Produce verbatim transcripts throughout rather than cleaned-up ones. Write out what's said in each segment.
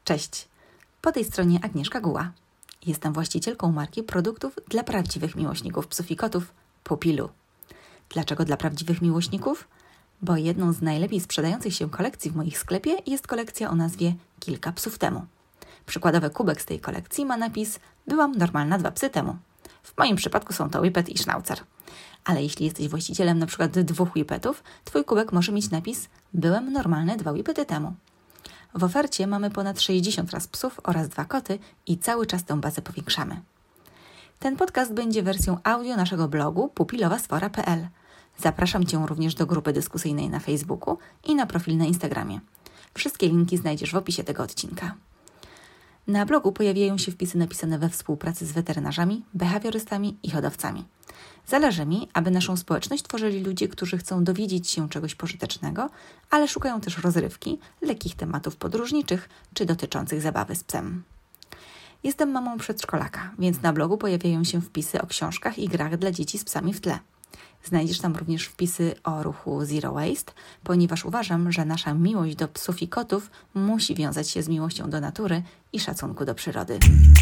Cześć, po tej stronie Agnieszka Guła. Jestem właścicielką marki produktów dla prawdziwych miłośników psów i kotów Pupilu. Dlaczego dla prawdziwych miłośników? Bo jedną z najlepiej sprzedających się kolekcji w moich sklepie jest kolekcja o nazwie Kilka psów temu. Przykładowy kubek z tej kolekcji ma napis Byłam normalna dwa psy temu. W moim przypadku są to Whippet i Schnauzer. Ale jeśli jesteś właścicielem na przykład dwóch Whippetów, Twój kubek może mieć napis Byłem normalny dwa Whippety temu. W ofercie mamy ponad sześćdziesiąt ras psów oraz dwa koty i cały czas tę bazę powiększamy. Ten podcast będzie wersją audio naszego blogu pupilowasfora kropka p l. Zapraszam Cię również do grupy dyskusyjnej na Facebooku i na profil na Instagramie. Wszystkie linki znajdziesz w opisie tego odcinka. Na blogu pojawiają się wpisy napisane we współpracy z weterynarzami, behawiorystami i hodowcami. Zależy mi, aby naszą społeczność tworzyli ludzie, którzy chcą dowiedzieć się czegoś pożytecznego, ale szukają też rozrywki, lekkich tematów podróżniczych czy dotyczących zabawy z psem. Jestem mamą przedszkolaka, więc na blogu pojawiają się wpisy o książkach i grach dla dzieci z psami w tle. Znajdziesz tam również wpisy o ruchu Zero Waste, ponieważ uważam, że nasza miłość do psów i kotów musi wiązać się z miłością do natury i szacunku do przyrody.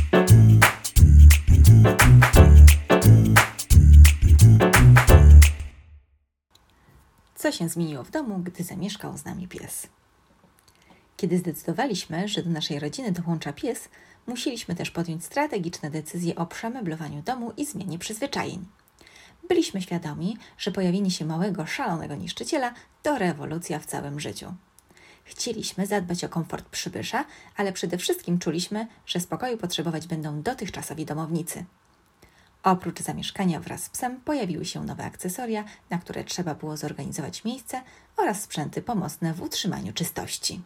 Co się zmieniło w domu, gdy zamieszkał z nami pies? Kiedy zdecydowaliśmy, że do naszej rodziny dołącza pies, musieliśmy też podjąć strategiczne decyzje o przemeblowaniu domu i zmianie przyzwyczajeń. Byliśmy świadomi, że pojawienie się małego, szalonego niszczyciela to rewolucja w całym życiu. Chcieliśmy zadbać o komfort przybysza, ale przede wszystkim czuliśmy, że spokoju potrzebować będą dotychczasowi domownicy. Oprócz zamieszkania wraz z psem pojawiły się nowe akcesoria, na które trzeba było zorganizować miejsce oraz sprzęty pomocne w utrzymaniu czystości.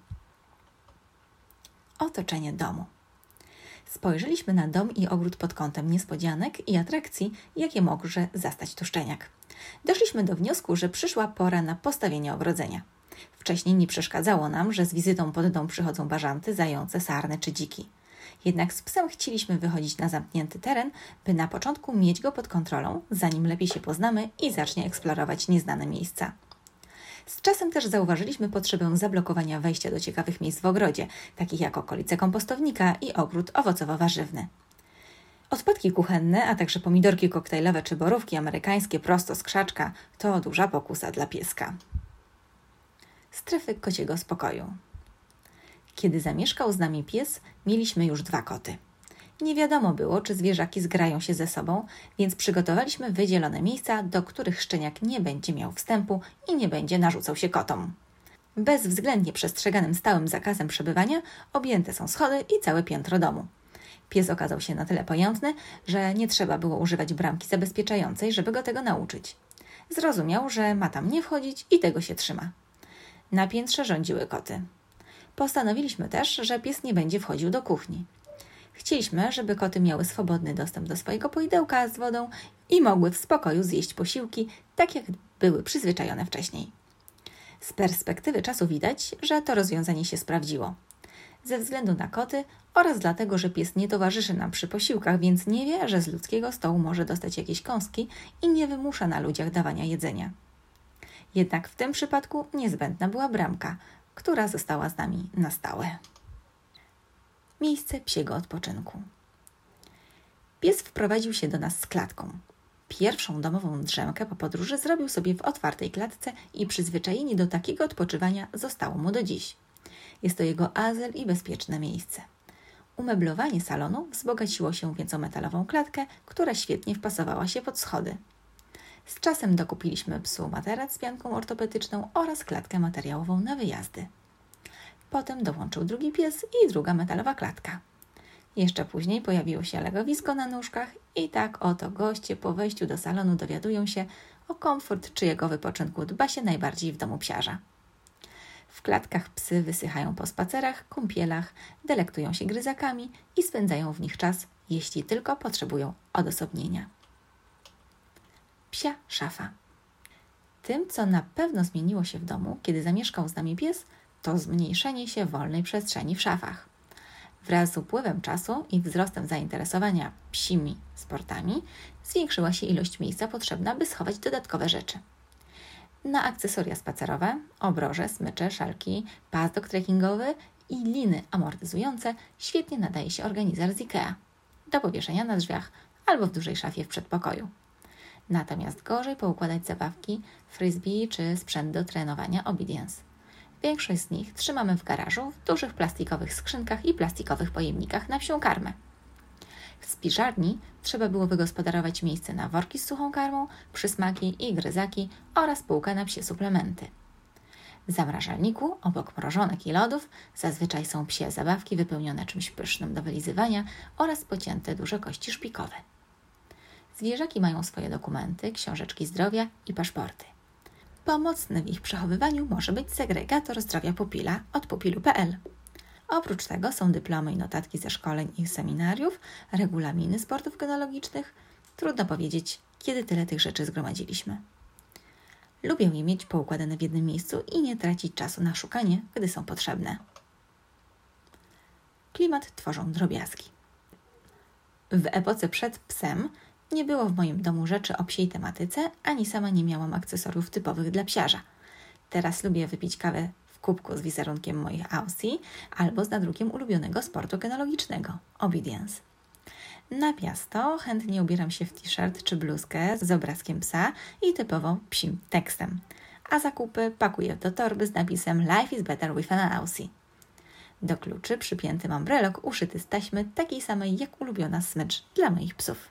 Otoczenie domu. Spojrzeliśmy na dom i ogród pod kątem niespodzianek i atrakcji, jakie może zastać tu szczeniak. Doszliśmy do wniosku, że przyszła pora na postawienie ogrodzenia. Wcześniej nie przeszkadzało nam, że z wizytą pod dom przychodzą bażanty, zające, sarny czy dziki. Jednak z psem chcieliśmy wychodzić na zamknięty teren, by na początku mieć go pod kontrolą, zanim lepiej się poznamy i zacznie eksplorować nieznane miejsca. Z czasem też zauważyliśmy potrzebę zablokowania wejścia do ciekawych miejsc w ogrodzie, takich jak okolice kompostownika i ogród owocowo-warzywny. Odpadki kuchenne, a także pomidorki koktajlowe czy borówki amerykańskie prosto z krzaczka to duża pokusa dla pieska. Strefy kociego spokoju. Kiedy zamieszkał z nami pies, mieliśmy już dwa koty. Nie wiadomo było, czy zwierzaki zgrają się ze sobą, więc przygotowaliśmy wydzielone miejsca, do których szczeniak nie będzie miał wstępu i nie będzie narzucał się kotom. Bezwzględnie przestrzeganym stałym zakazem przebywania objęte są schody i całe piętro domu. Pies okazał się na tyle pojętny, że nie trzeba było używać bramki zabezpieczającej, żeby go tego nauczyć. Zrozumiał, że ma tam nie wchodzić i tego się trzyma. Na piętrze rządziły koty. Postanowiliśmy też, że pies nie będzie wchodził do kuchni. Chcieliśmy, żeby koty miały swobodny dostęp do swojego poidełka z wodą i mogły w spokoju zjeść posiłki, tak jak były przyzwyczajone wcześniej. Z perspektywy czasu widać, że to rozwiązanie się sprawdziło. Ze względu na koty oraz dlatego, że pies nie towarzyszy nam przy posiłkach, więc nie wie, że z ludzkiego stołu może dostać jakieś kąski i nie wymusza na ludziach dawania jedzenia. Jednak w tym przypadku niezbędna była bramka, która została z nami na stałe. Miejsce psiego odpoczynku. Pies wprowadził się do nas z klatką. Pierwszą domową drzemkę po podróży zrobił sobie w otwartej klatce i przyzwyczajenie do takiego odpoczywania zostało mu do dziś. Jest to jego azyl i bezpieczne miejsce. Umeblowanie salonu wzbogaciło się więc o metalową klatkę, która świetnie wpasowała się pod schody. Z czasem dokupiliśmy psu materac z pianką ortopedyczną oraz klatkę materiałową na wyjazdy. Potem dołączył drugi pies i druga metalowa klatka. Jeszcze później pojawiło się legowisko na nóżkach i tak oto goście po wejściu do salonu dowiadują się, o komfort czyjego wypoczynku dba się najbardziej w domu psiarza. W klatkach psy wysychają po spacerach, kąpielach, delektują się gryzakami i spędzają w nich czas, jeśli tylko potrzebują odosobnienia. Psia szafa. Tym, co na pewno zmieniło się w domu, kiedy zamieszkał z nami pies, to zmniejszenie się wolnej przestrzeni w szafach. Wraz z upływem czasu i wzrostem zainteresowania psimi sportami zwiększyła się ilość miejsca potrzebna, by schować dodatkowe rzeczy. Na akcesoria spacerowe, obroże, smycze, szalki, pasdok trekkingowy i liny amortyzujące świetnie nadaje się organizer z IKEA do powieszenia na drzwiach albo w dużej szafie w przedpokoju. Natomiast gorzej poukładać zabawki, frisbee czy sprzęt do trenowania obedience. Większość z nich trzymamy w garażu w dużych plastikowych skrzynkach i plastikowych pojemnikach na psią karmę. W spiżarni trzeba było wygospodarować miejsce na worki z suchą karmą, przysmaki i gryzaki oraz półkę na psie suplementy. W zamrażalniku, obok mrożonek i lodów, zazwyczaj są psie zabawki wypełnione czymś pysznym do wylizywania oraz pocięte duże kości szpikowe. Zwierzaki mają swoje dokumenty, książeczki zdrowia i paszporty. Pomocny w ich przechowywaniu może być segregator zdrowia pupila od pupilu kropka p l. Oprócz tego są dyplomy i notatki ze szkoleń i seminariów, regulaminy sportów kynologicznych. Trudno powiedzieć, kiedy tyle tych rzeczy zgromadziliśmy. Lubię je mieć poukładane w jednym miejscu i nie tracić czasu na szukanie, gdy są potrzebne. Klimat tworzą drobiazgi. W epoce przed psem nie było w moim domu rzeczy o psiej tematyce, ani sama nie miałam akcesoriów typowych dla psiarza. Teraz lubię wypić kawę w kubku z wizerunkiem moich Aussie albo z nadrukiem ulubionego sportu kynologicznego – obedience. Na miasto chętnie ubieram się w t-shirt czy bluzkę z obrazkiem psa i typowo psim tekstem, a zakupy pakuję do torby z napisem Life is better with an Aussie. Do kluczy przypięty mam brelok uszyty z taśmy takiej samej jak ulubiona smycz dla moich psów.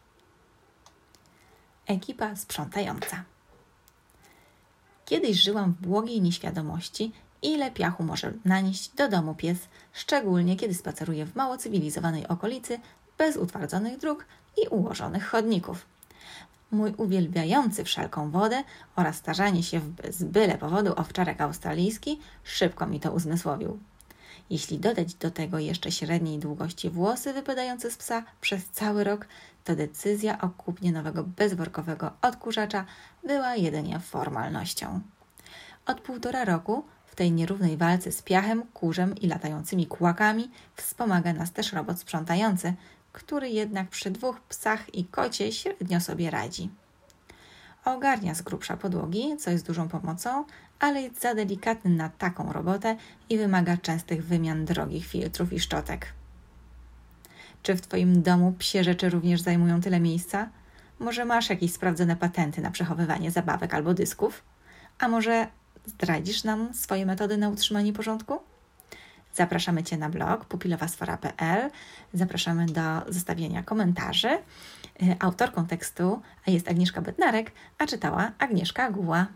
Ekipa sprzątająca. Kiedyś żyłam w błogiej nieświadomości, ile piachu może nanieść do domu pies, szczególnie kiedy spaceruje w mało cywilizowanej okolicy, bez utwardzonych dróg i ułożonych chodników. Mój uwielbiający wszelką wodę oraz tarzanie się z byle powodu owczarek australijski szybko mi to uzmysłowił. Jeśli dodać do tego jeszcze średniej długości włosy wypadające z psa przez cały rok, to decyzja o kupnie nowego bezworkowego odkurzacza była jedynie formalnością. Od półtora roku w tej nierównej walce z piachem, kurzem i latającymi kłakami wspomaga nas też robot sprzątający, który jednak przy dwóch psach i kocie średnio sobie radzi. Ogarnia z grubsza podłogi, co jest dużą pomocą, ale jest za delikatny na taką robotę i wymaga częstych wymian drogich filtrów i szczotek. Czy w Twoim domu psie rzeczy również zajmują tyle miejsca? Może masz jakieś sprawdzone patenty na przechowywanie zabawek albo dysków? A może zdradzisz nam swoje metody na utrzymanie porządku? Zapraszamy Cię na blog pupilowasfora kropka p l. Zapraszamy do zostawienia komentarzy. Autorką tekstu jest Agnieszka Bednarek, a czytała Agnieszka Guła.